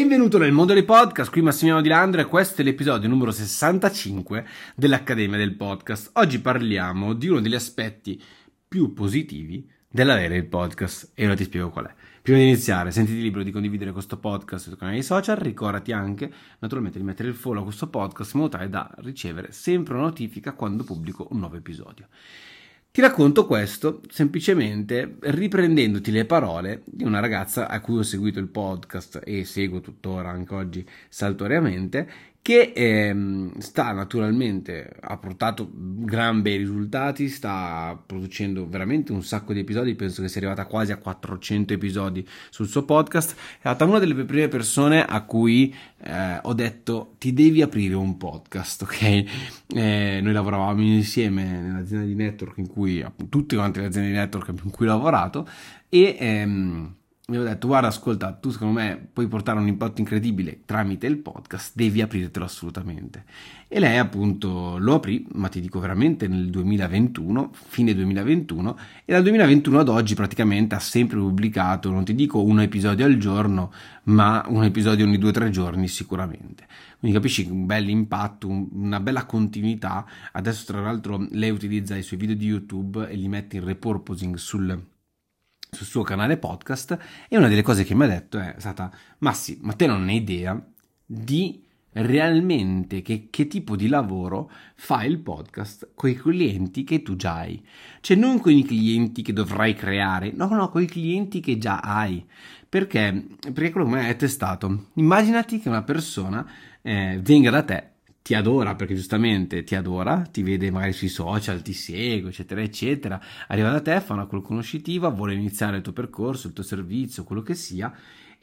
Benvenuto nel mondo dei podcast, qui Massimiliano Di Landro e questo è l'episodio numero 65 dell'Accademia del Podcast. Oggi parliamo di uno degli aspetti più positivi dell'avere il podcast e ora ti spiego qual è. Prima di iniziare, sentiti libero di condividere questo podcast sui canali social, ricordati anche naturalmente di mettere il follow a questo podcast in modo tale da ricevere sempre una notifica quando pubblico un nuovo episodio. Ti racconto questo semplicemente riprendendoti le parole di una ragazza a cui ho seguito il podcast e seguo tuttora anche oggi saltuariamente, che sta naturalmente, ha portato gran bei risultati, sta producendo veramente un sacco di episodi, penso che sia arrivata quasi a 400 episodi sul suo podcast. È stata una delle prime persone a cui ho detto ti devi aprire un podcast, ok? Noi lavoravamo insieme nell'azienda di network in cui, tutte quante le aziende di network in cui ho lavorato, e mi ho detto guarda, ascolta, tu secondo me puoi portare un impatto incredibile tramite il podcast, devi aprirtelo assolutamente. E lei appunto lo aprì, ma ti dico veramente nel 2021, fine 2021, e dal 2021 ad oggi praticamente ha sempre pubblicato, non ti dico un episodio al giorno, ma un episodio ogni 2-3 giorni sicuramente. Quindi capisci un bel impatto, una bella continuità. Adesso tra l'altro lei utilizza i suoi video di YouTube e li mette in repurposing sul suo canale podcast, e una delle cose che mi ha detto è stata: Massi, ma te non hai idea di realmente che tipo di lavoro fa il podcast con i clienti che tu già hai, cioè non con i clienti che dovrai creare, no, con i clienti che già hai. Perché quello che mi ha detto è stato: immaginati che una persona venga da te, ti adora, perché giustamente ti adora, ti vede magari sui social, ti segue, eccetera, eccetera, arriva da te, fa una call conoscitiva, vuole iniziare il tuo percorso, il tuo servizio, quello che sia,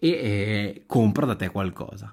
e compra da te qualcosa.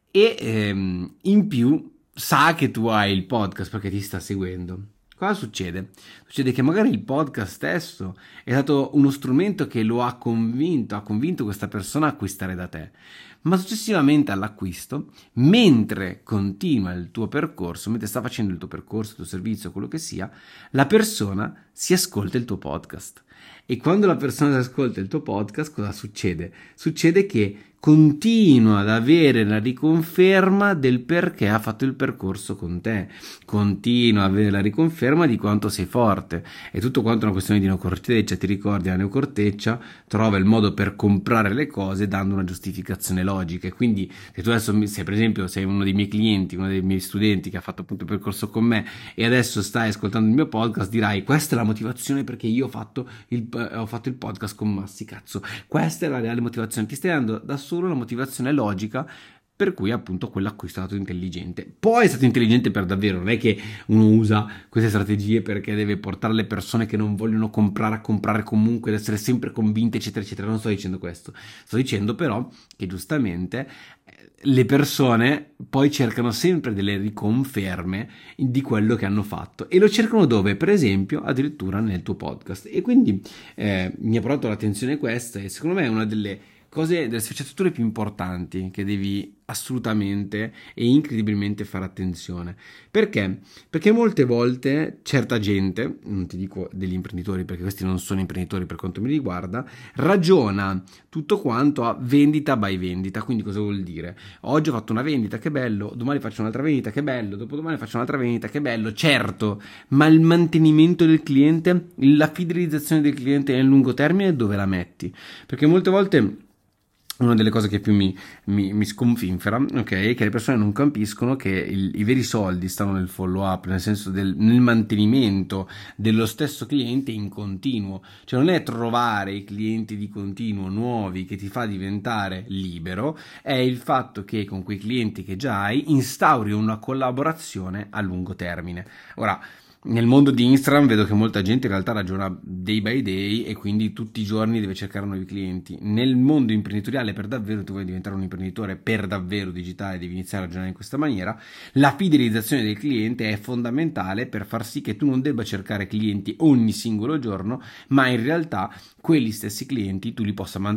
E in più sa che tu hai il podcast perché ti sta seguendo. Cosa succede? Succede che magari il podcast stesso è stato uno strumento che lo ha convinto questa persona a acquistare da te. Ma successivamente all'acquisto, mentre continua il tuo percorso, mentre sta facendo il tuo percorso, il tuo servizio, quello che sia, la persona si ascolta il tuo podcast. E quando la persona si ascolta il tuo podcast, cosa succede? Succede che continua ad avere la riconferma del perché ha fatto il percorso con te, continua ad avere la riconferma di quanto sei forte. È tutto quanto una questione di neocorteccia. Ti ricordi, la neocorteccia trova il modo per comprare le cose dando una giustificazione logica. E quindi se tu adesso sei, per esempio, sei uno dei miei clienti, uno dei miei studenti che ha fatto appunto il percorso con me e adesso stai ascoltando il mio podcast, dirai: questa è la motivazione perché io ho fatto il podcast con Massi, cazzo, questa è la reale motivazione. Ti stai dando da solo la motivazione logica per cui appunto quell'acquisto è stato intelligente. Poi è stato intelligente per davvero, non è che uno usa queste strategie perché deve portare le persone che non vogliono comprare a comprare comunque, ad essere sempre convinte, eccetera eccetera. Non sto dicendo questo, sto dicendo però che giustamente le persone poi cercano sempre delle riconferme di quello che hanno fatto, e lo cercano dove? Per esempio addirittura nel tuo podcast. E quindi mi ha portato l'attenzione questa, e secondo me è una delle cose, delle sfaccettature più importanti che devi assolutamente e incredibilmente fare attenzione. Perché? Perché molte volte certa gente, non ti dico degli imprenditori perché questi non sono imprenditori per quanto mi riguarda, ragiona tutto quanto a vendita by vendita. Quindi cosa vuol dire? Oggi ho fatto una vendita, che bello, domani faccio un'altra vendita, che bello, dopodomani faccio un'altra vendita, che bello, certo, ma il mantenimento del cliente, la fidelizzazione del cliente nel lungo termine dove la metti? Perché molte volte una delle cose che più mi sconfinfera, ok, è che le persone non capiscono che i veri soldi stanno nel follow up, nel senso nel mantenimento dello stesso cliente in continuo. Cioè non è trovare i clienti di continuo nuovi che ti fa diventare libero, è il fatto che con quei clienti che già hai instauri una collaborazione a lungo termine. Ora, nel mondo di Instagram vedo che molta gente in realtà ragiona day by day e quindi tutti i giorni deve cercare nuovi clienti. Nel mondo imprenditoriale per davvero, tu vuoi diventare un imprenditore per davvero digitale, devi iniziare a ragionare in questa maniera. La fidelizzazione del cliente è fondamentale per far sì che tu non debba cercare clienti ogni singolo giorno, ma in realtà quelli stessi clienti tu li possa mantenere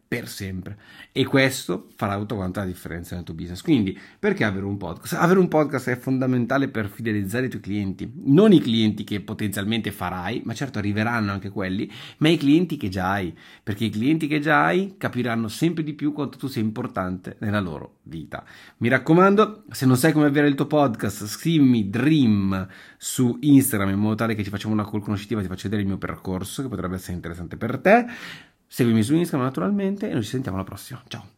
per sempre, e questo farà tutta quanta la differenza nel tuo business. Quindi perché avere un podcast? Avere un podcast è fondamentale per fidelizzare i tuoi clienti, non i clienti che potenzialmente farai, ma certo arriveranno anche quelli, ma i clienti che già hai, perché i clienti che già hai capiranno sempre di più quanto tu sei importante nella loro vita. Mi raccomando, se non sai come avviare il tuo podcast, scrivimi Dream su Instagram in modo tale che ci facciamo una call conoscitiva, ti faccio vedere il mio percorso che potrebbe essere interessante per te. Seguimi su Instagram naturalmente e noi ci sentiamo alla prossima. Ciao!